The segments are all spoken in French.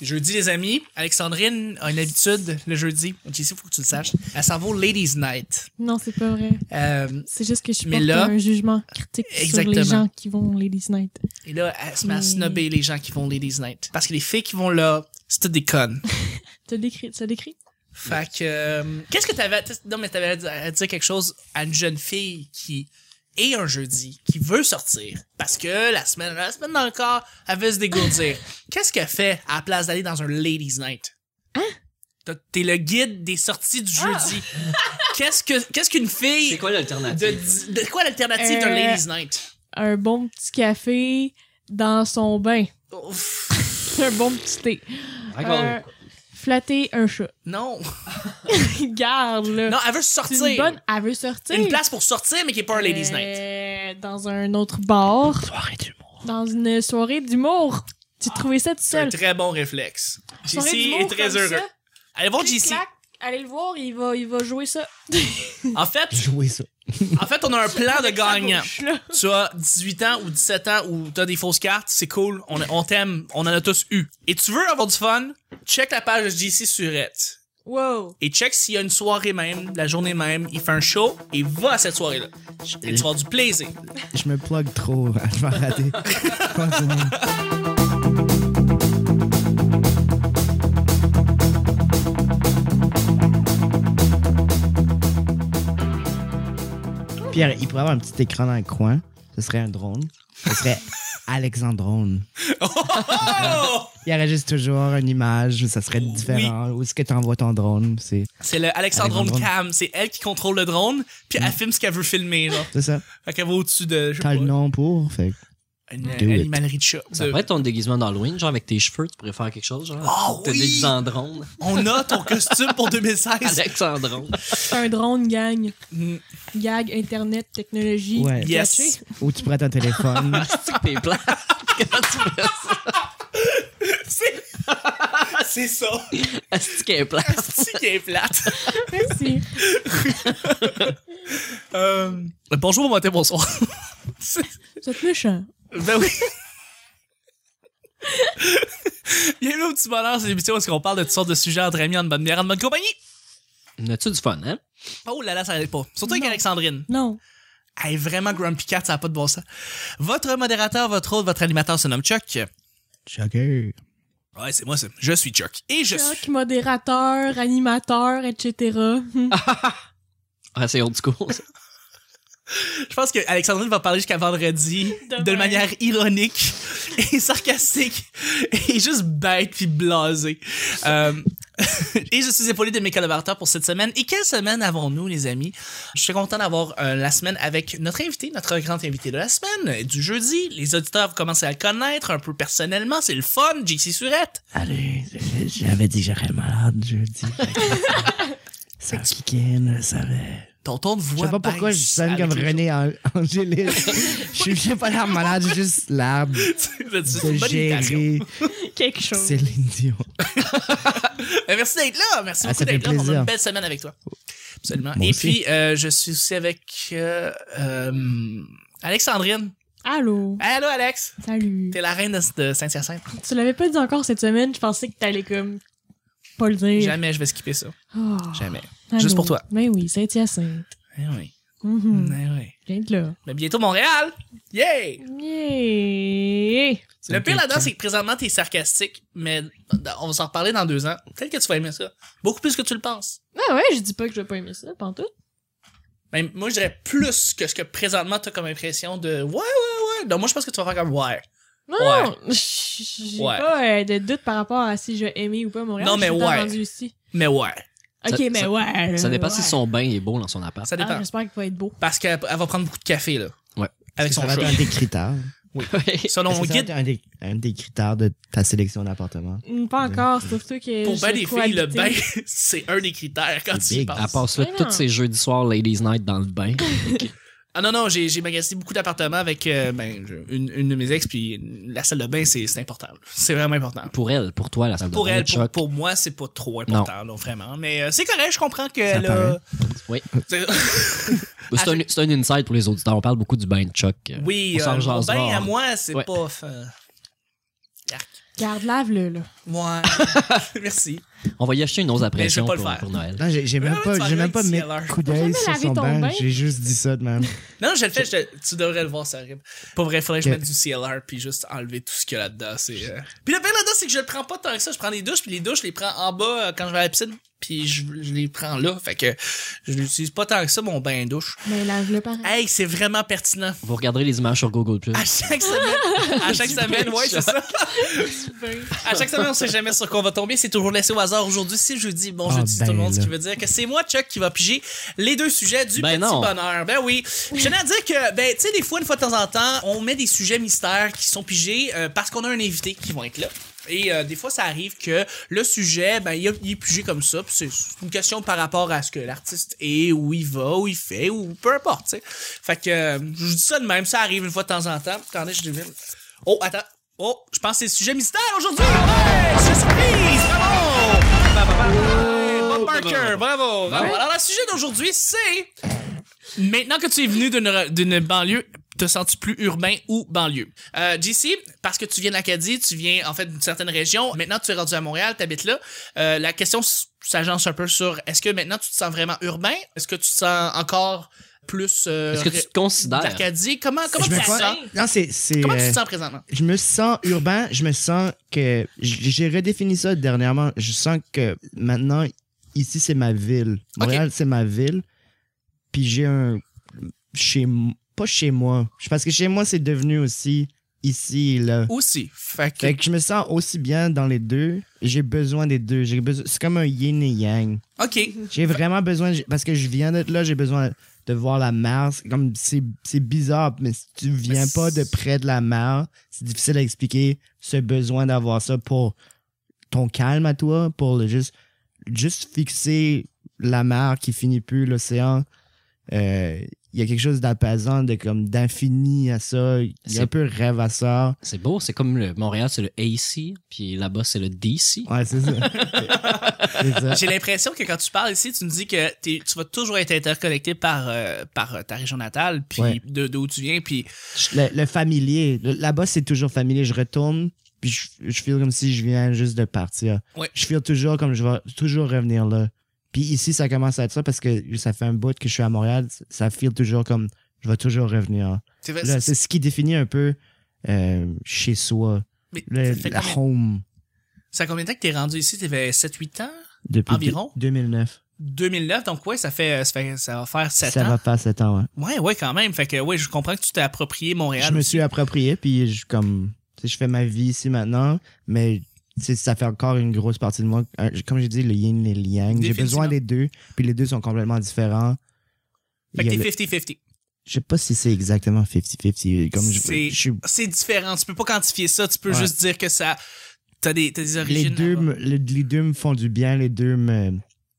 Jeudi, les amis, Alexandrine a une habitude le jeudi. JC, il faut que tu le saches. Elle s'en va au Ladies Night. Non, c'est pas vrai. C'est juste que je mais porte là, un jugement critique sur les gens qui vont au Ladies Night. Et là, elle se met à snobber les gens qui vont au Ladies Night. Parce que les filles qui vont là, c'est toutes des connes. Tu as décrit? Fait que... qu'est-ce que t'avais... Non, mais t'avais à dire quelque chose à une jeune fille qui est un jeudi, qui veut sortir, parce que la semaine dans le corps, elle veut se dégourdir. Qu'est-ce qu'elle fait à la place d'aller dans un Ladies Night? Hein? T'es le guide des sorties du jeudi. Qu'est-ce qu'une fille... C'est quoi l'alternative? De quoi l'alternative d'un Ladies Night? Un bon petit café dans son bain. Un bon petit thé. Flatter un chat. Non. Garde, là. Non, elle veut sortir. C'est une bonne... Elle veut sortir. Une place pour sortir, mais qui est pas un Ladies Night. Dans un autre bar. Soirée d'humour. Dans une soirée d'humour. Tu trouvais ça tout C'est un seul. très bon réflexe. Soirée JC d'humour est très comme heureux. ça. Allez voir Clic, JC. clac, allez le voir, il va jouer ça. En fait, Jouer ça. on a un plan de gagnant. Bouche, là. Tu as 18 ans ou 17 ans ou t'as des fausses cartes, c'est cool. On t'aime. On en a tous eu. Et tu veux avoir du fun? Check la page de JC Surette. Wow. Et check s'il y a une soirée même, la journée même, il fait un show et va à cette soirée-là. Et tu vas avoir du plaisir. Je me plug trop. Je vais arrêter. Continue. Pierre, il pourrait avoir un petit écran dans le coin. Ce serait un drone. Ce serait Alexandrone. Oh! Il y aurait juste toujours une image où ça serait différent. Où est-ce que tu envoies ton drone? C'est C'est le Alexandrone Cam. C'est elle qui contrôle le drone, puis elle filme ce qu'elle veut filmer, genre. C'est ça. Fait qu'elle va au-dessus de... je sais T'as le pas, nom pour. Fait. une Do it. animalerie de chat. Ça pourrait être ton déguisement d'Halloween, genre avec tes cheveux, tu pourrais faire quelque chose, genre. Oh, Te oui! déguiser en drone. On a ton costume pour 2016. Alexandron. C'est un drone gang. Mm. Gag, internet, technologie. Ouais. Yes. catché. Ou tu prends ton téléphone. C'est que t'es plat. Comment tu fais ça? C'est ça. Est-ce qu'elle est plate? C'est qui est plate. Merci. Bonjour, bon matin, bonsoir. Vous êtes méchant. Ben oui. Bienvenue au petit bonheur, c'est l'émission où est-ce qu'on parle de toutes sortes de sujets entre amis, en bonne bière, en bonne compagnie. As-tu du fun, hein? Oh là là, ça n'arrête pas. Surtout avec Non. Alexandrine. Non. Elle est vraiment Grumpy Cat, ça n'a pas de bon sens. Votre modérateur, votre hôte, votre animateur se nomme Chuck. Chucker. Ouais, c'est moi, ça. Je suis Chuck. Et je Choc, suis... modérateur, animateur, etc. Ah, c'est old school. Ça. Je pense que Alexandrine va parler jusqu'à vendredi de Demain. manière ironique et sarcastique et juste bête puis blasée. Et je suis épaulé de mes collaborateurs pour cette semaine. Et quelle semaine avons-nous, les amis? Je suis content d'avoir la semaine avec notre invité, notre grand invité de la semaine, du jeudi. Les auditeurs, vous commencez à le connaître un peu personnellement. C'est le fun, JC Surette. Allez, j'avais dit que j'aurais malade jeudi. Ça piquait, je le savais. Ton ton de Je voix sais pas pourquoi je baisse sonne comme avec les René Angélil. J'ai pas l'air malade, j'ai juste l'air jours. C'est de une bonne imitation. gérer Quelque chose. Céline Dion. Merci d'être là. Merci beaucoup ça fait d'être là. On a plaisir. une belle semaine avec toi. Absolument. Moi Et aussi. puis, je suis aussi avec Alexandrine. Allô. Allô, Alex. Salut. T'es la reine de Saint-Hyacinthe. Tu l'avais pas dit encore cette semaine, je pensais que t'allais comme pas le dire. Jamais je vais skipper ça. Oh. Jamais. Allô. Juste pour toi. Ben oui, Saint-Hyacinthe. Eh oui. Mhm. Eh oui. Viens de là. Mais bientôt Montréal. Yay! Yeah. Le pire là-dedans, c'est que présentement, t'es sarcastique, mais on va s'en reparler dans 2 ans. Peut-être que tu vas aimer ça. Beaucoup plus que tu le penses. Ah ouais, je dis pas que je vais pas aimer ça, pantoute. Même, moi, je dirais plus que ce que présentement t'as comme impression de ouais. Donc, moi, je pense que tu vas faire comme ouais. Non, j'ai Ouais. pas de doute par rapport à si je vais aimer ou pas Montréal. Non, mais Je suis tout le temps ouais. rendu ici. Mais ouais. Ok, Ça- mais ça- ouais. Ça dépend ouais. si son bain est beau dans son appart. Ça dépend. Ah, j'espère qu'il va être beau. Parce qu'elle va prendre beaucoup de café, là. Ouais. Avec son Ça va être chat. un des critères. Selon mon Est-ce que ça va guide, être un des critères de ta sélection d'appartement. Pas encore, c'est surtout que. pour je ben des crois filles, le habiter. bain, c'est un des critères quand C'est tu y big. penses. Elle passe là Mais tous non. ces jeudis soirs Ladies Night dans le bain. Ah non, j'ai magasiné beaucoup d'appartements avec une de mes ex, puis la salle de bain, c'est important. Là. C'est vraiment important. Pour elle, pour toi, la salle de Pour bain. elle, Chuck. pour moi, c'est pas trop important, là, vraiment. Mais c'est correct, je comprends que Ça là... paraît. Oui. C'est- C'est un insight pour les auditeurs. On parle beaucoup du bain de Chuck. oui, on s'en mon jasera. bain à moi, c'est Ouais. pas... Garde, lave-le, là. Ouais. Merci. On va y acheter une ose à pression pas le faire. pour Noël. Non, j'ai même Ouais, pas, tu j'ai même vas pas mis avec coup T'as d'œil jamais sur lavé son ton bain. bain? J'ai juste dit ça de même. Non, je le fais. Tu devrais le voir, c'est horrible. Pour vrai, il faudrait que je Ok. mette du CLR puis juste enlever tout ce qu'il y a là-dedans. Puis le pire là-dedans, c'est que je le prends pas tant que ça. Je prends des douches, puis les douches, je les prends en bas quand je vais à la piscine, puis je les prends là. Fait que je l'utilise pas tant que ça, mon bain douche. Mais lave-le pareil. Hey, c'est vraiment pertinent. Vous regarderez les images sur Google+. À chaque semaine, ouais, c'est ça. À chaque semaine, on sait jamais sur quoi on va tomber. C'est toujours laissé au hasard. Aujourd'hui, c'est jeudi. Bon, jeudi, ben tout le monde, ce là. qui veut dire que c'est moi, Chuck, qui va piger les deux sujets du Ben petit non. bonheur. Ben oui. Je tenais à dire que, ben, tu sais, des fois, une fois de temps en temps, on met des sujets mystères qui sont pigés parce qu'on a un invité qui va être là. Et des fois, ça arrive que le sujet, ben, il est pigé comme ça. Puis c'est une question par rapport à ce que l'artiste est, où il va, où il fait, ou peu importe, tu sais. Fait que je dis ça de même, ça arrive une fois de temps en temps. Attendez, je devine. Oh, attends. Oh, je pense que c'est le sujet mystère aujourd'hui. Ouais, c'est surprise. Bravo. Bob Barker, bravo. Alors, le sujet d'aujourd'hui, c'est maintenant que tu es venu d'une banlieue, te sens-tu plus urbain ou banlieue? JC, parce que tu viens d'Acadie, tu viens en fait d'une certaine région, maintenant tu es rendu à Montréal, tu habites là. La question s'agence un peu sur est-ce que maintenant tu te sens vraiment urbain? Est-ce que tu te sens encore plus Est-ce que tu te considères? d'Acadie? Comment tu Je me te crois- sens? Non, c'est. Comment tu te sens présentement? Je me sens urbain, je me sens que. J'ai redéfini ça dernièrement. Je sens que maintenant, ici, c'est ma ville. Montréal, c'est ma ville. Puis j'ai un. Pas chez moi. Parce que chez moi, c'est devenu aussi ici et là. Aussi. Fait que Fait que je me sens aussi bien dans les deux. J'ai besoin des deux. C'est comme un yin et yang. OK. J'ai vraiment besoin. Parce que je viens d'être là, j'ai besoin de voir la mer. C'est bizarre, mais si tu viens Mais pas de près de la mer, c'est difficile à expliquer ce besoin d'avoir ça pour ton calme à toi, pour juste fixer la mer qui finit plus, l'océan. Il y a quelque chose d'apaisant, d'infini à ça. Il y a un peu rêve à ça. C'est beau, c'est comme le Montréal, c'est le AC, puis là-bas, c'est le DC. Ouais, c'est ça. C'est ça. J'ai l'impression que quand tu parles ici, tu me dis que tu vas toujours être interconnecté par ta région natale, puis Ouais. d'où tu viens, puis Le familier. Là-bas, c'est toujours familier. Je retourne, puis je feel comme si je viens juste de partir. Ouais. Je feel toujours comme je vais toujours revenir là. Puis ici, ça commence à être ça parce que ça fait un bout que je suis à Montréal. Ça feel toujours comme je vais toujours revenir. c'est vrai, Là, c'est ce qui définit un peu chez soi. mais Le, ça fait la combien- home. ça fait combien de temps que t'es rendu ici? T'avais 7-8 ans? Depuis Environ? 2009. 2009, donc ouais, ça va faire 7 Ça ans. va faire 7 ans, ouais. Ouais, quand même. Fait que ouais, je comprends que tu t'es approprié Montréal. Je me aussi. suis approprié, puis je fais ma vie ici maintenant, mais ça fait encore une grosse partie de moi. Comme j'ai dit, le yin et le yang. J'ai Définitivement. besoin des deux, puis les deux sont complètement différents. Fait que Il y a t'es 50-50. Je sais pas si c'est exactement 50-50. Comme je C'est différent. Tu peux pas quantifier ça. Tu peux Ouais. juste dire que ça. T'as des les origines. deux, là-bas. les deux me font du bien, les deux me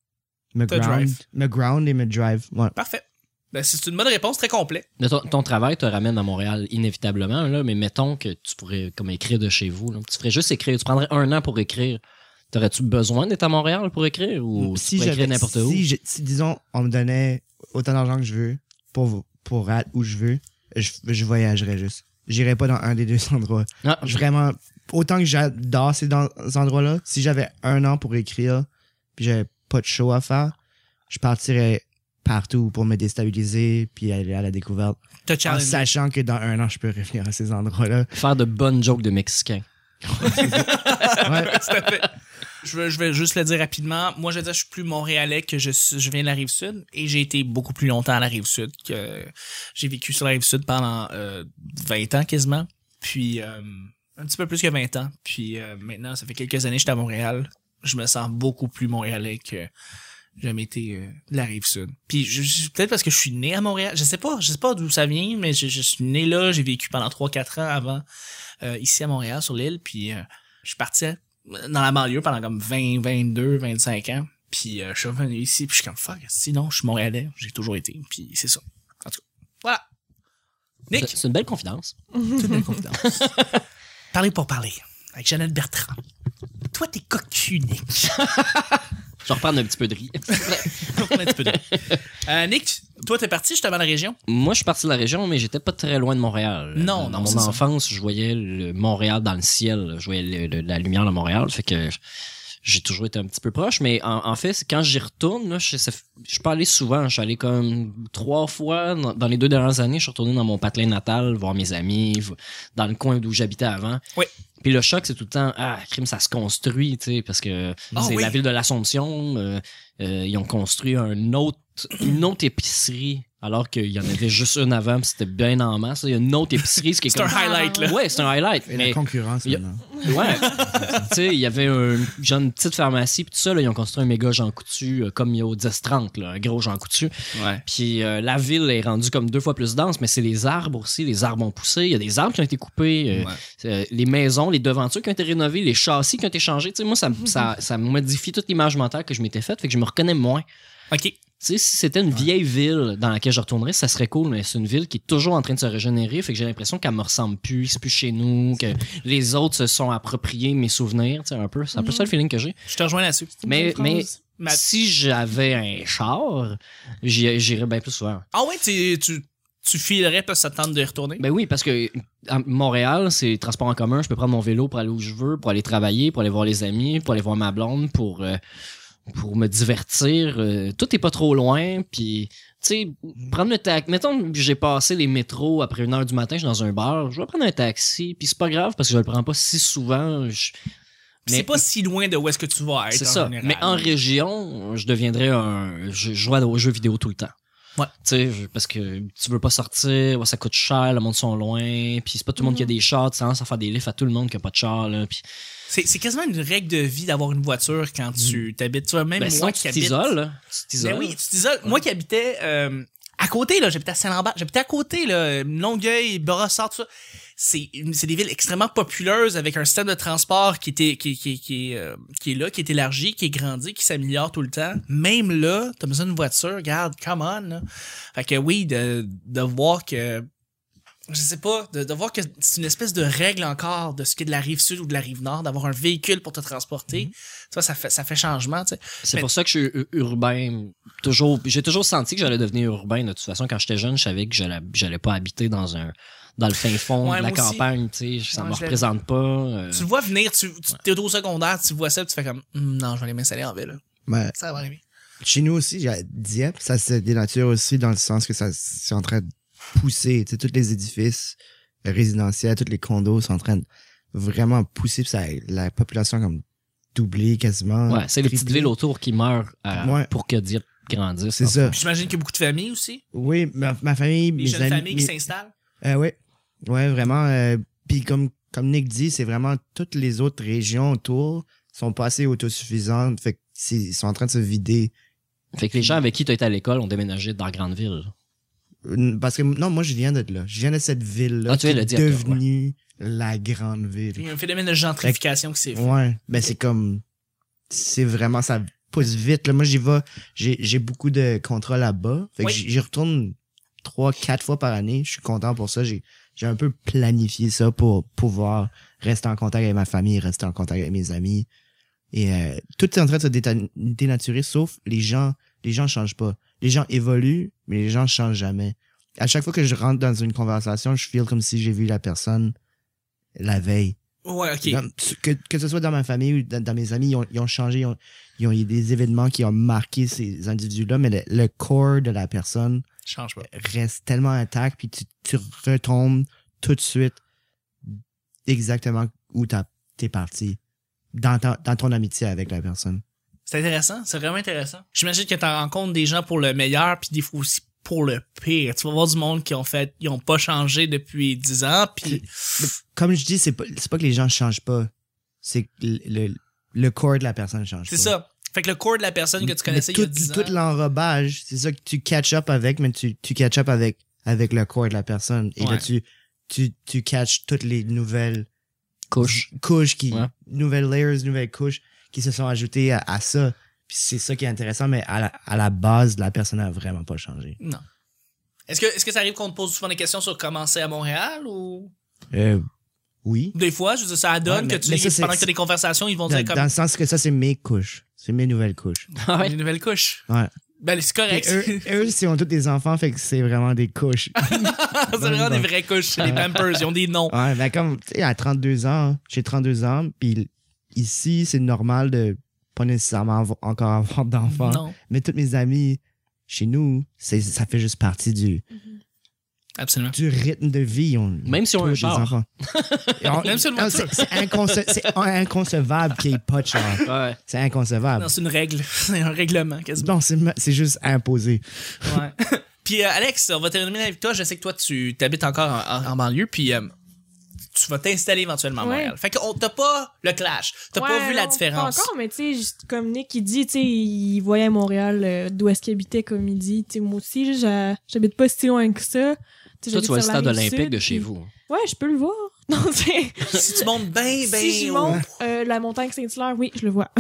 Te ground, drive. me ground et me drive. Ouais. Parfait. Ben, c'est une bonne réponse, très complète. Mais ton travail te ramène à Montréal inévitablement, là, mais mettons que tu pourrais comme écrire de chez vous. Là. Tu ferais juste écrire. Tu prendrais 1 an pour écrire. T'aurais-tu besoin d'être à Montréal pour écrire ou tu pourrais écrire n'importe où? Si, disons, on me donnait autant d'argent que je veux pour être où je veux, je voyagerais juste. J'irais pas dans un des deux endroits. Ah, Vraiment, autant que j'adore ces endroits-là, si j'avais 1 an pour écrire puis j'avais pas de show à faire, je partirais partout pour me déstabiliser puis aller à la découverte. T'as En challengé. sachant que dans 1 an, je peux revenir à ces endroits-là. faire de bonnes jokes de Mexicains. Ouais. Tout à fait. Je vais juste le dire rapidement. Moi, je veux dire, je suis plus montréalais que je viens de la Rive-Sud et j'ai été beaucoup plus longtemps à la Rive-Sud que j'ai vécu sur la Rive-Sud pendant 20 ans quasiment. Puis un petit peu plus que 20 ans. Puis maintenant, ça fait quelques années que je suis à Montréal. Je me sens beaucoup plus montréalais que j'ai jamais été de la Rive-Sud. Puis peut-être parce que je suis né à Montréal. Je sais pas d'où ça vient, mais je suis né là. J'ai vécu pendant 3-4 ans avant ici à Montréal, sur l'île. Puis je suis parti dans la banlieue pendant comme 20, 22, 25 ans. Puis je suis revenu ici, puis je suis comme fuck, sinon je suis montréalais, j'ai toujours été, puis c'est ça. En tout cas, voilà. Nick, C'est une belle confidence. toute belle confidence. Parler pour parler, avec Jeannette Bertrand. Toi, t'es cocu, Nick. Je vais reprendre un petit peu de riz. Un petit peu de- Nick, toi, t'es parti justement de la région? Moi, je suis parti de la région, mais j'étais pas très loin de Montréal. Non, Dans non, mon enfance, je voyais le Montréal dans le ciel. Je voyais la lumière de Montréal. Fait que j'ai toujours été un petit peu proche. Mais en fait, quand j'y retourne, là, je suis pas allé souvent. Je suis allé comme 3 fois dans les 2 dernières années. Je suis retourné dans mon patelin natal, voir mes amis, dans le coin d'où j'habitais avant. Oui. Puis le choc, c'est tout le temps, crime, ça se construit, tu sais, parce que c'est la ville de l'Assomption. Ils ont construit une autre épicerie, alors qu'il y en avait juste une avant, puis c'était bien en masse. Il y a une autre épicerie, ce qui est C'est un highlight, là. Ouais, c'est un highlight. Et mais la concurrence, maintenant. Ouais. Tu sais, il y avait une petite pharmacie, puis tout ça, là, ils ont construit un méga Jean Coutu, comme il y a au 10-30, là, un gros Jean Coutu. Ouais. Puis la ville est rendue comme 2 fois plus dense, mais c'est les arbres aussi. Les arbres ont poussé. Il y a des arbres qui ont été coupés. Les maisons, les devantures qui ont été rénovées, les châssis qui ont été changés. Tu sais, moi, ça modifie toute l'image mentale que je m'étais faite, fait que je me reconnais moins. OK. Tu sais, si c'était une vieille ville dans laquelle je retournerais, ça serait cool, mais c'est une ville qui est toujours en train de se régénérer, fait que j'ai l'impression qu'elle me ressemble plus, c'est plus chez nous, que les autres se sont appropriés mes souvenirs, tu sais, un peu. C'est un peu ça le feeling que j'ai. Je te rejoins là-dessus. Mais si j'avais un char, j'irais bien plus souvent. Ah ouais, tu filerais parce que ça te tente de retourner? Ben oui, parce que à Montréal, c'est transport en commun, je peux prendre mon vélo pour aller où je veux, pour aller travailler, pour aller voir les amis, pour aller voir ma blonde, pour me divertir. Tout est pas trop loin, puis tu sais, prendre le taxi. Mettons que j'ai passé les métros après 1h du matin, je suis dans un bar, je vais prendre un taxi, puis c'est pas grave parce que je le prends pas si souvent. Mais c'est pas si loin de où est-ce que tu vas être. C'est ça. Général. Mais en région, je deviendrais je jouais aux jeux vidéo tout le temps. Ouais. Tu sais, parce que tu veux pas sortir, ça coûte cher, le monde sont loin, puis c'est pas tout le monde qui a des chars, tu tendance à faire des lifts à tout le monde qui a pas de char, là, puis c'est quasiment une règle de vie d'avoir une voiture quand tu t'habites. Tu vois, même moi qui habite... Tu t'isoles. Ben oui, tu t'isoles. Moi qui habitais à côté, là, j'habitais à Saint-Lambert, j'habitais à côté, là, Longueuil, Brossard, tout ça. C'est des villes extrêmement populeuses avec un système de transport qui est là, qui est élargi, qui est grandi, qui s'améliore tout le temps. Même là, t'as besoin d'une voiture, regarde, come on, là. Fait que oui, de voir que, je sais pas, de voir que c'est une espèce de règle encore de ce qui est de la rive sud ou de la rive nord, d'avoir un véhicule pour te transporter. Tu vois, ça fait changement, tu sais. C'est pour ça que je suis urbain. J'ai toujours senti que j'allais devenir urbain. De toute façon, quand j'étais jeune, je savais que j'allais pas habiter dans le fin fond de la campagne, tu sais, ça me représente pas. Tu le vois venir, t'es au secondaire, tu vois ça, tu fais comme, non, je vais aller m'installer en ville. Ouais. Ça va arriver. Chez nous aussi, Dieppe, ça se dénature aussi dans le sens que ça c'est en train de pousser, tu sais, tous les édifices résidentiels, tous les condos sont en train de vraiment pousser, puis la population comme doublé quasiment. Ouais, c'est les petites villes autour qui meurent pour que Dieppe grandisse. C'est ça. Puis j'imagine qu'il y a beaucoup de familles aussi. Oui, ma famille, mes jeunes familles qui s'installent. Ouais, vraiment. Puis comme Nick dit, c'est vraiment toutes les autres régions autour sont pas assez autosuffisantes. Fait qu'ils sont en train de se vider. Fait que les gens avec qui tu as été à l'école ont déménagé dans la grande ville. Parce que non, moi je viens de là. Je viens de cette ville-là qui est devenue la grande ville. Il y a un phénomène de gentrification qui s'est fait. Ouais, ben c'est vraiment, ça pousse vite. Là, moi j'y vais, j'ai beaucoup de contrats là-bas. Fait que j'y retourne 3-4 fois par année. Je suis content pour ça. J'ai un peu planifié ça pour pouvoir rester en contact avec ma famille, rester en contact avec mes amis. Et tout est en train de se dénaturer, sauf les gens changent pas. Les gens évoluent, mais les gens changent jamais. À chaque fois que je rentre dans une conversation, je feel comme si j'ai vu la personne la veille. Ouais, ok. Que ce soit dans ma famille ou dans mes amis, ils ont changé, ils ont eu des événements qui ont marqué ces individus-là, mais le corps de la personne change pas. Reste tellement intact, puis tu retombes tout de suite exactement où t'es parti dans ton amitié avec la personne. C'est intéressant, c'est vraiment intéressant. J'imagine que tu rencontres des gens pour le meilleur, puis des fois aussi pour le pire. Tu vas voir du monde qui ont pas changé depuis 10 ans, puis comme je dis, c'est pas que les gens changent pas, c'est que le corps de la personne change pas. C'est ça. Fait que le corps de la personne que tu connaissais il y a 10 ans. Tout l'enrobage, c'est ça que tu catch up avec, mais tu catch up avec le corps de la personne. Et là, tu catch toutes les nouvelles couches nouvelles layers, nouvelles couches qui se sont ajoutées à ça. Puis c'est ça qui est intéressant, mais à la base, la personne n'a vraiment pas changé. Non. Est-ce que ça arrive qu'on te pose souvent des questions sur comment c'est à Montréal ou? Oui. Des fois, je veux dire, ça donne que pendant que tu as des conversations, ils vont dire comme... Dans le sens que ça, c'est mes couches. C'est mes nouvelles couches. Les nouvelles couches. Ouais. Ben, c'est correct. Eux, ils ont tous des enfants, fait que c'est vraiment des couches. C'est vraiment des vraies couches, des Pampers, ils ont des noms. Ouais, ben comme, tu sais, à 32 ans, j'ai 32 ans, puis ici, c'est normal de pas nécessairement encore avoir d'enfants. Non. Mais tous mes amis, chez nous, ça fait juste partie du rythme de vie. Même si on a un char. enfants. Même si on a une voiture. C'est inconcevable qu'il n'y ait pas de char. Ouais. C'est inconcevable. Non, c'est une règle. C'est un règlement, quasiment. Non, c'est juste imposé. Ouais. Puis, Alex, on va terminer avec toi. Je sais que toi, tu t'habites encore en banlieue, puis tu vas t'installer éventuellement à Montréal. Fait qu'on t'as pas le clash. T'as pas vu la différence. Pas encore, mais tu sais, comme Nick, il dit, tu sais, il voyait Montréal d'où est-ce qu'il habitait, comme il dit. Tu sais, moi aussi, j'habite pas si loin que ça. Toi, tu vois le stade olympique de chez vous. Ouais, je peux le voir. Non, c'est. Si tu montes bien, Si je monte la montagne Saint-Hilaire, oui, je le vois.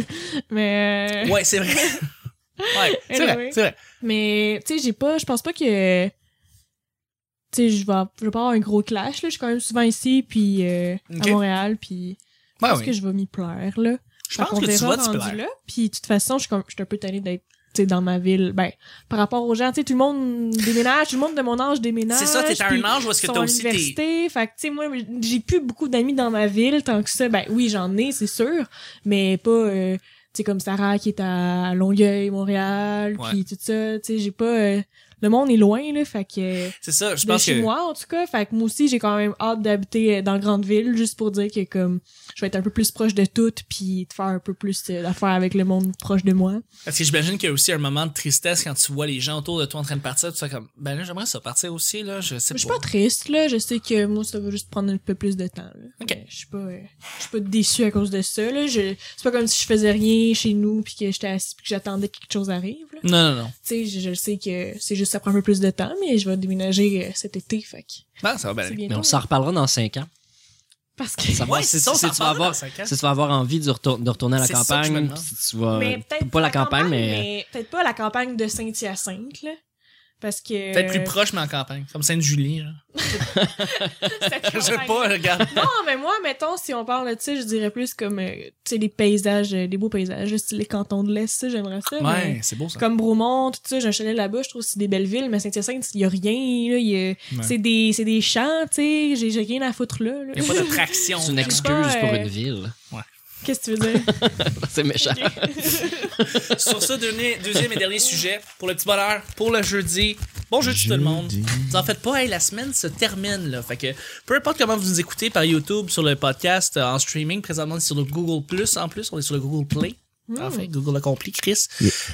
Mais. Ouais, c'est vrai. Ouais, c'est vrai. Mais, tu sais, je pense pas que. Tu sais, je vais pas avoir un gros clash, là. Je suis quand même souvent ici, puis à Montréal, puis. Je pense que je vais m'y plaire, là. Je pense que tu vas t'y plaire. Là. Puis, de toute façon, je suis un peu tannée d'être. T'sais, dans ma ville, ben, par rapport aux gens, tu sais, tout le monde déménage, tout le monde de mon âge déménage. C'est ça, t'es à un âge où est-ce que t'as aussi tes... Fait que, tu sais, moi, j'ai plus beaucoup d'amis dans ma ville, tant que ça, ben, oui, j'en ai, c'est sûr, mais pas, tu sais, comme Sarah qui est à Longueuil, Montréal, puis tout ça, tu sais, j'ai pas, le monde est loin, là, fait que... C'est ça, je pense que... chez moi, en tout cas, fait que moi aussi, j'ai quand même hâte d'habiter dans grande ville, juste pour dire que, comme, je vais être un peu plus proche de tout, puis de faire un peu plus d'affaires avec le monde proche de moi. Parce que j'imagine qu'il y a aussi un moment de tristesse quand tu vois les gens autour de toi en train de partir, tu sais, comme, ben là, j'aimerais ça partir aussi, là, je sais pas. Je suis pas triste, là, je sais que moi, ça va juste prendre un peu plus de temps, là. Ok. Je suis pas déçue à cause de ça, là. C'est pas comme si je faisais rien chez nous, puis que j'étais assis, puis que j'attendais que quelque chose arrive, là. Non. Tu sais, je sais que c'est juste ça prend un peu plus de temps, mais je vais déménager cet été, fait que... Ben, ça va bien aller. Mais on s'en reparlera dans 5 ans. Parce que... Savoir si tu vas avoir envie de retourner à la campagne, si tu vas... Pas la campagne, mais... Peut-être pas la campagne de Saint-Hyacinthe, là. Parce que... Peut-être plus proche, mais en campagne. Comme Sainte-Julie, là. Je sais pas, regarde. Non, mais moi, mettons, si on parle de ça, je dirais plus comme, tu sais, les paysages, des beaux paysages, style les cantons de l'Est, ça, j'aimerais ça. Ouais, c'est beau, ça. Comme Bromont, tout ça, j'ai un chalet là-bas, je trouve que c'est des belles villes, mais Saint-Hyacinthe, il y a rien, là, c'est des champs, tu sais, j'ai rien à foutre là. Il y a pas d'attraction. C'est une excuse pour une ville. Ouais. Qu'est-ce que tu veux dire? C'est méchant. Okay. Sur ce, deuxième et dernier sujet, pour le petit bonheur, pour le jeudi. Bon jeudi tout le monde. Vous en faites pas, hey, la semaine se termine, là. Fait que, peu importe comment vous nous écoutez par YouTube, sur le podcast, en streaming, présentement, c'est sur le Google Plus, en plus, on est sur le Google Play. Enfin, Google a compris, Chris.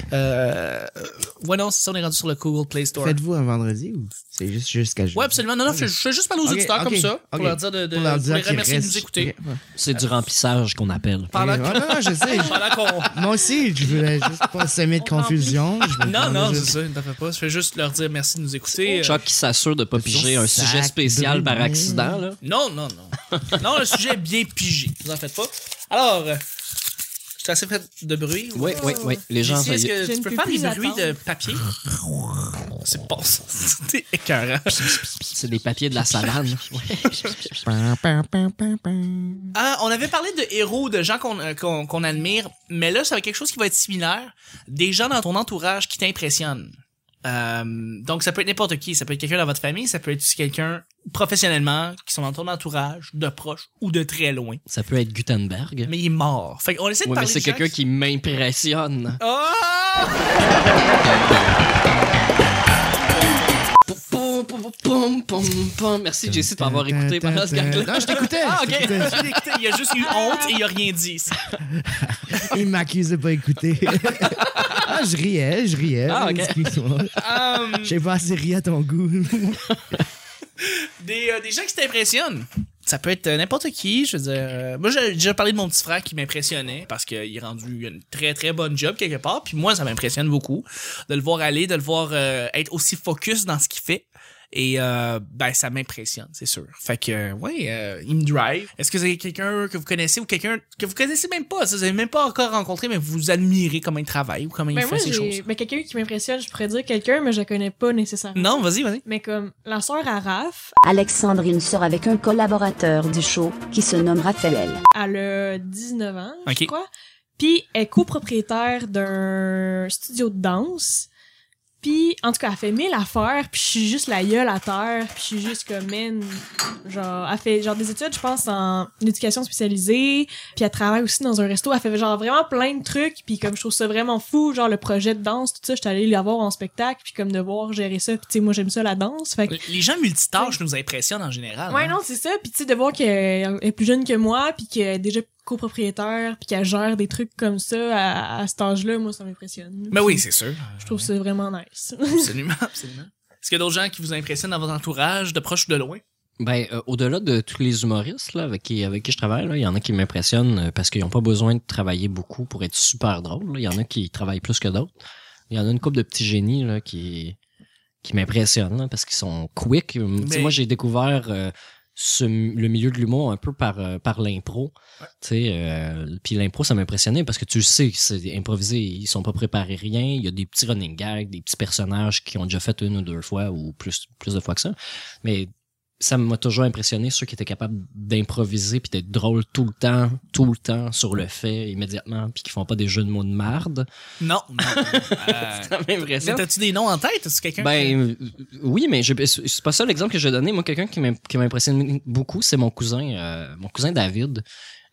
Ouais, non, c'est ça, on est rendu sur le Google Play Store. Faites-vous un vendredi ou c'est juste jusqu'à jeudi? Ouais, absolument. Non, je fais juste parler aux auditeurs comme ça, pour leur dire pour les remercier de nous écouter. C'est du remplissage qu'on appelle. Pendant non, je sais. Moi aussi, je voulais juste pas semer de confusion. Non, c'est ça, ne t'en fais pas. Je fais juste leur dire merci de nous écouter. Chuck qui s'assure de pas piger un sujet spécial par accident, là. Non. Non, le sujet est bien pigé. Vous en faites pas. Alors... Je suis assez fait de bruit. Oui. Les gens... Est-ce que tu peux faire des bruits de papier? C'est pas ça. C'est écœurant. C'est des papiers de la savane. On avait parlé de héros, de gens qu'on admire, mais là, ça va être quelque chose qui va être similaire. Des gens dans ton entourage qui t'impressionnent. Donc, ça peut être n'importe qui. Ça peut être quelqu'un dans votre famille, ça peut être aussi quelqu'un professionnellement, qui sont dans ton entourage, de proche ou de très loin. Ça peut être Gutenberg. Mais il est mort. Fait qu'on essaie de parler mais c'est quelqu'un qui m'impressionne. Oh! Merci Jessie de m'avoir écouté pendant ce gag-là. Non, je t'écoutais. Ah, ok. Il a juste eu honte et il a rien dit. Il m'accuse de pas écouter. Je riais. Ah, ok. Excuse-moi. Je sais pas assez ri à ton goût. Des gens qui t'impressionnent. Ça peut être n'importe qui, je veux dire. Moi, j'ai déjà parlé de mon petit frère qui m'impressionnait parce qu'il est rendu une très très bonne job quelque part. Puis moi, ça m'impressionne beaucoup de le voir aller, de le voir être aussi focus dans ce qu'il fait. Et ben ça m'impressionne, c'est sûr. Fait que il me drive. Est-ce que c'est quelqu'un que vous connaissez ou quelqu'un que vous connaissez même pas, ça vous avez même pas encore rencontré, mais vous admirez comment il travaille ou comment il fait ses choses? Ben quelqu'un qui m'impressionne, je pourrais dire quelqu'un, mais je la connais pas nécessairement. Non, vas-y. Mais comme la sœur à Raph. Alexandrine sort avec un collaborateur du show qui se nomme Raphaël. Elle a 19 ans, je crois. Puis elle est copropriétaire d'un studio de danse. Puis, en tout cas, elle fait 1000 affaires, puis je suis juste la gueule à terre, puis je suis juste comme, man, genre, elle fait genre des études, je pense, en éducation spécialisée, puis elle travaille aussi dans un resto, elle fait genre vraiment plein de trucs, puis comme je trouve ça vraiment fou, genre le projet de danse, tout ça, j'étais allée la voir en spectacle, puis comme de voir gérer ça, puis tu sais, moi j'aime ça la danse, fait que... Les gens multitâches nous impressionnent en général. Ouais, hein? non, c'est ça, puis tu sais, de voir qu'elle est plus jeune que moi, puis qu'elle est déjà copropriétaire, puis qu'elle gère des trucs comme ça à cet âge-là, moi, ça m'impressionne. Ben oui, c'est sûr. Je trouve ça vraiment nice. Absolument, absolument. Est-ce qu'il y a d'autres gens qui vous impressionnent dans votre entourage, de proche ou de loin? Ben, au-delà de tous les humoristes là, avec qui je travaille, là, il y en a qui m'impressionnent parce qu'ils n'ont pas besoin de travailler beaucoup pour être super drôles. Il y en a qui travaillent plus que d'autres. Il y en a une couple de petits génies là, qui m'impressionnent là, parce qu'ils sont quick. Moi, j'ai découvert le milieu de l'humour un peu par l'impro. Ouais. Puis l'impro, ça m'impressionnait parce que tu sais que c'est improvisé. Ils sont pas préparés rien. Il y a des petits running gags, des petits personnages qui ont déjà fait une ou deux fois ou plus de fois que ça. Mais ça m'a toujours impressionné, ceux qui étaient capables d'improviser puis d'être drôles tout le temps sur le fait immédiatement puis qui font pas des jeux de mots de marde. Non. Ça m'impressionne. Mais t'as-tu des noms en tête? Est-ce quelqu'un oui, mais c'est pas ça l'exemple que je vais donner. Moi, quelqu'un qui m'impressionne beaucoup, c'est mon cousin David.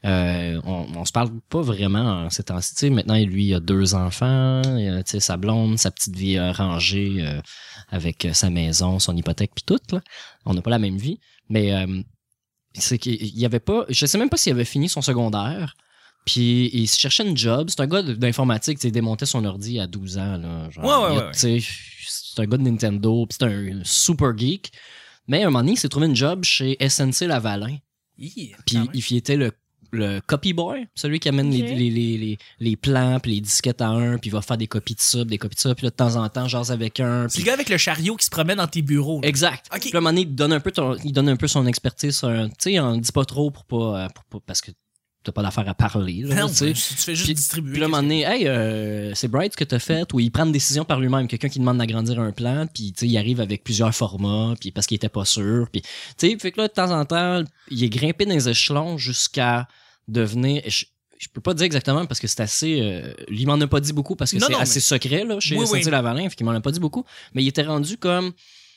On se parle pas vraiment ces temps-ci. Tu sais, maintenant, lui, il a 2 enfants, tu sais, sa blonde, sa petite vie rangée avec sa maison, son hypothèque puis tout. Là. On n'a pas la même vie, mais c'est qu'il y avait pas. Je sais même pas s'il avait fini son secondaire. Puis il se cherchait une job. C'est un gars d'informatique, il démontait son ordi à 12 ans. Là, genre, ouais. C'est un gars de Nintendo, puis c'est un super geek. Mais à un moment donné, il s'est trouvé une job chez SNC Lavalin. Puis il était le copy boy, celui qui amène les plans puis les disquettes à un, puis il va faire des copies de ça, puis là de temps en temps jase avec un. C'est le gars avec le chariot qui se promène dans tes bureaux. Là. Exact. Okay. Puis là, à un moment donné, il donne un peu son expertise sur un, tu sais, on dit pas trop pour pas parce que t'as pas d'affaire à parler. Là, non, tu fais juste distribuer. Puis là, à un moment donné, c'est bright ce que t'as fait, ou il prend une décision par lui-même. Quelqu'un qui demande d'agrandir un plan, puis tu sais, il arrive avec plusieurs formats, puis parce qu'il était pas sûr. Puis tu sais, fait que là, de temps en temps, il est grimpé dans les échelons jusqu'à devenir... Je peux pas dire exactement parce que c'est assez... lui, il m'en a pas dit beaucoup parce que c'est assez secret là, chez SNC-Lavalin, fait qu'il m'en a pas dit beaucoup. Mais il était rendu comme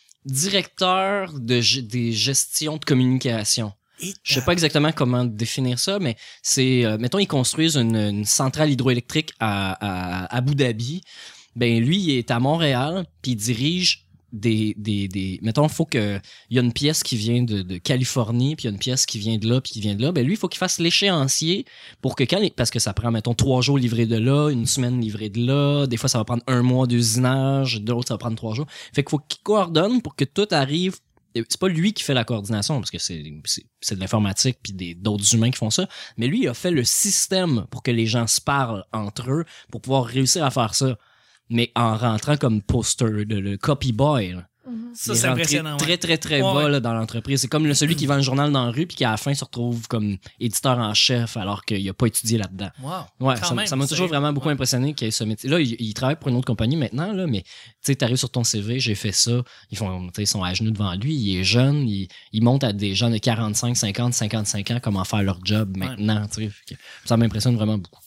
directeur des gestions de communication. Je sais pas exactement comment définir ça, mais c'est... mettons, ils construisent une centrale hydroélectrique à Abu Dhabi. Ben lui, il est à Montréal, puis il dirige mettons, il faut que il y a une pièce qui vient de Californie, puis il y a une pièce qui vient de là, puis qui vient de là. Ben lui, il faut qu'il fasse l'échéancier pour que parce que ça prend, mettons, 3 jours livrés de là, 1 semaine livrée de là. Des fois, ça va prendre 1 mois d'usinage, d'autres, ça va prendre 3 jours. Fait qu'il faut qu'il coordonne pour que tout arrive. C'est pas lui qui fait la coordination parce que c'est de l'informatique puis d'autres humains qui font ça, mais lui il a fait le système pour que les gens se parlent entre eux pour pouvoir réussir à faire ça, mais en rentrant comme poster le copy boy là. Ça c'est impressionnant. Très bas là, dans l'entreprise. C'est comme celui qui vend le journal dans la rue puis qui à la fin se retrouve comme éditeur en chef alors qu'il a pas étudié là-dedans. Wow. Ouais, ça m'a toujours vraiment beaucoup impressionné qu'il y ait ce métier. Là, il travaille pour une autre compagnie maintenant là, mais tu sais, t'arrives sur ton CV, j'ai fait ça. Ils sont à genoux devant lui, il est jeune, il monte à des gens de 45, 50, 55 ans comment faire leur job maintenant, tu sais. Ça m'impressionne vraiment beaucoup.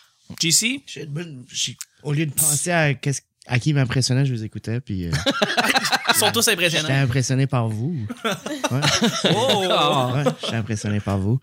JC, au lieu de penser à qui m'impressionnait, je vous écoutais, puis... Ils sont tous impressionnants. J'étais impressionné par vous. Ouais. Ouais, j'étais impressionné par vous.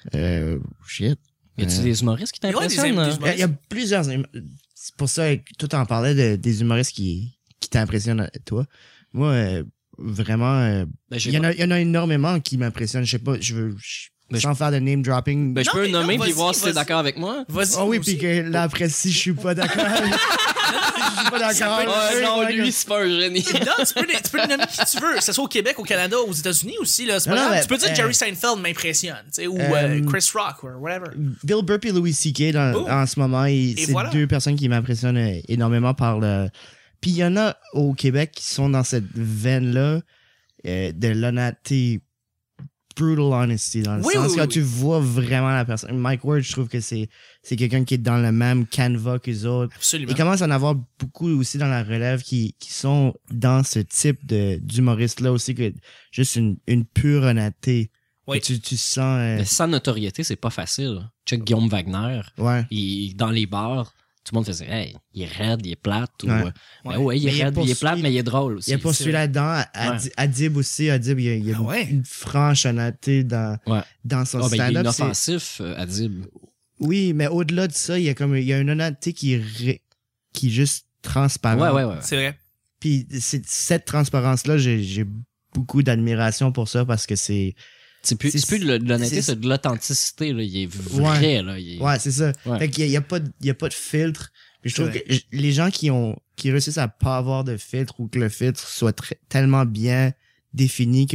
Shit. Y a-tu des humoristes qui t'impressionnent? Il y a plusieurs... C'est pour ça que tout en parlait des humoristes qui t'impressionnent, toi. Moi, vraiment... il y en a énormément qui m'impressionnent. Je sais pas, sans faire de name dropping. Je peux le nommer puis voir si t'es d'accord avec moi. Vas-y. Oh oui, puis que là, après, si je suis pas d'accord avec... Je suis pas d'accord. Non, lui, c'est pas un génie. Non, tu peux le nommer qui tu veux. Que ce soit au Québec, au Canada, aux États-Unis aussi. Là, c'est pas grave. Tu peux dire Jerry Seinfeld m'impressionne. Ou Chris Rock, ou whatever. Bill Burr et Louis C.K. en ce moment, c'est voilà. 2 personnes qui m'impressionnent énormément par le... Puis il y en a au Québec qui sont dans cette veine-là de l'honnêteté, brutal honesty, dans le sens quand tu vois vraiment la personne. Mike Ward, je trouve que c'est quelqu'un qui est dans le même canevas qu'eux autres. Absolument. Il commence à en avoir beaucoup aussi dans la relève qui sont dans ce type d'humoriste-là aussi, que juste une pure honnêteté. Oui. Tu sens... Mais sans notoriété, c'est pas facile. Check Guillaume Wagner. Ouais. Dans les bars, tout le monde faisait, hey, il est raide, il est plate. Ou, Ouais. ben ouais, il Mais est il a raide, il est poursuivi- plate, mais il est drôle aussi. Il a poursuivi là-dedans. Adib aussi. Adib, il y a une franche honnêteté dans son Ah, ben, il est stand-up. inoffensif, Adib. Oui, mais au-delà de ça, il y a une honnêteté qui est juste transparente. Ouais. C'est vrai. Puis cette transparence-là, j'ai beaucoup d'admiration pour ça parce que c'est... C'est plus de l'honnêteté, c'est de l'authenticité. Là. Il est vrai. Là. Ouais, c'est ça. Ouais. Fait qu'il y a pas de filtre. Puis je trouve C'est que les gens qui réussissent à pas avoir de filtre ou que le filtre soit tellement bien défini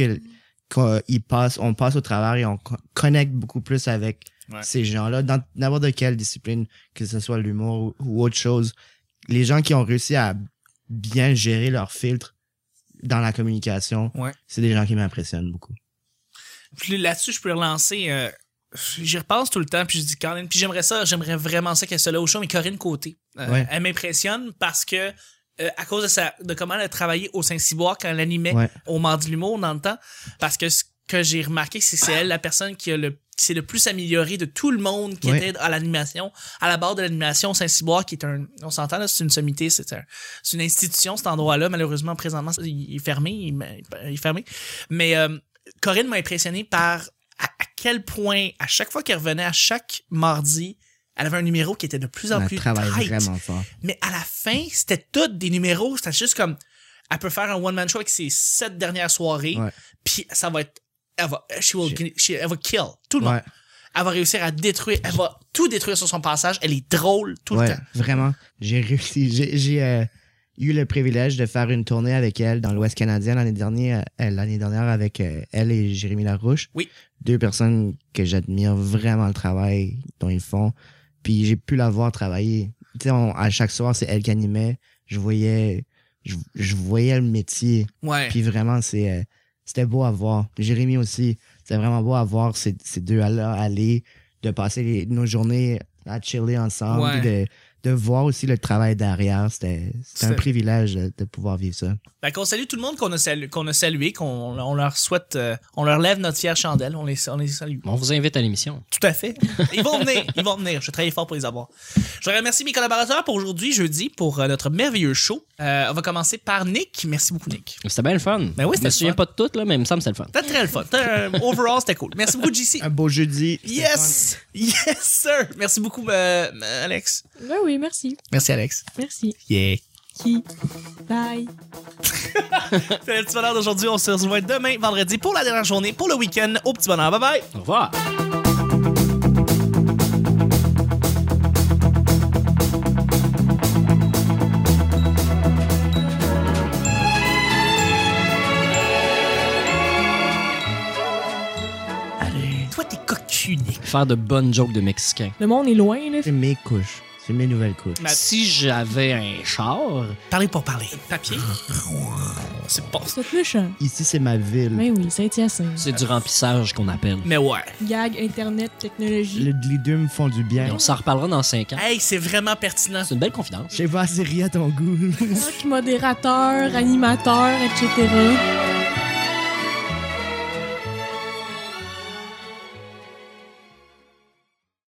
on passe au travers et on connecte beaucoup plus avec ces gens-là dans n'importe quelle discipline, que ce soit l'humour ou autre chose. Les gens qui ont réussi à bien gérer leur filtre dans la communication, c'est des gens qui m'impressionnent beaucoup. Puis là-dessus, je peux relancer. J'y repense tout le temps, puis je dis Colin. Puis j'aimerais vraiment ça qu'elle soit là au show, mais Corinne Côté. Elle m'impressionne parce que, à cause de comment elle a travaillé au Saint-Cyboire quand elle animait au Mardi de l'humour dans le temps, parce que ce que j'ai remarqué, c'est que c'est elle la personne qui s'est le plus améliorée de tout le monde qui était à l'animation, à la barre de l'animation au Saint-Cyboire, qui est on s'entend là, c'est une sommité, c'est une institution, cet endroit-là. Malheureusement, présentement, il est fermé, il est fermé. Mais Corinne m'a impressionné par à quel point, à chaque fois qu'elle revenait, à chaque mardi, elle avait un numéro qui était de plus en plus tight. Elle travaille vraiment fort. Mais à la fin, c'était tous des numéros, c'était juste comme, elle peut faire un one-man show avec ses 7 dernières soirées, puis ça va être, elle va kill tout le monde. Elle va réussir à détruire, elle va tout détruire sur son passage, elle est drôle tout le temps. Vraiment. J'ai réussi, j'ai eu le privilège de faire une tournée avec elle dans l'Ouest canadien l'année dernière avec elle et Jérémy Larouche. Oui. 2 personnes que j'admire vraiment le travail dont ils font. Puis j'ai pu la voir travailler. Tu sais, à chaque soir, c'est elle qui animait. Je voyais le métier. Ouais. Puis vraiment, c'était beau à voir. Jérémy aussi, c'était vraiment beau à voir ces deux-là aller, de passer nos journées à chiller ensemble, puis de voir aussi le travail derrière. C'était un privilège de pouvoir vivre ça. Fait qu'on salue tout le monde qu'on a salué, on leur souhaite, on leur lève notre fière chandelle, on les salue. On vous invite à l'émission. Tout à fait. Ils vont venir. Je vais travailler fort pour les avoir. Je remercie mes collaborateurs pour aujourd'hui, jeudi, pour notre merveilleux show. On va commencer par Nick. Merci beaucoup, Nick. C'était bien le fun. Ben oui, je me souviens pas de tout, là, mais il me semble que c'était le fun. C'était très le fun. Overall, c'était cool. Merci beaucoup, JC. Un beau jeudi. Yes! Yes, sir! Merci beaucoup, Alex. Ben oui, merci. Merci, Alex. Merci. Yeah. Bye. C'est le petit bonheur d'aujourd'hui. On se revoit demain, vendredi, pour la dernière journée, pour le week-end. Au petit bonheur. Bye bye! Au revoir. Allez. Toi, t'es cocu, Nick. Faire de bonnes jokes de Mexicains. Le monde est loin, là. C'est mes couches. C'est mes nouvelles couches. Si j'avais un char, Parlez pour parler. Papier. C'est pas ça. C'est méchant. Ici, c'est ma ville. Ben oui, Saint-Hyacinthe. c'est du remplissage qu'on appelle. Mais ouais. Gag, Internet, technologie. Les deux me font du Et bien. on s'en reparlera dans 5 ans. Hey, c'est vraiment pertinent. C'est une belle confidence. Je sais pas, c'est rien à ton goût. Modérateur, animateur, etc.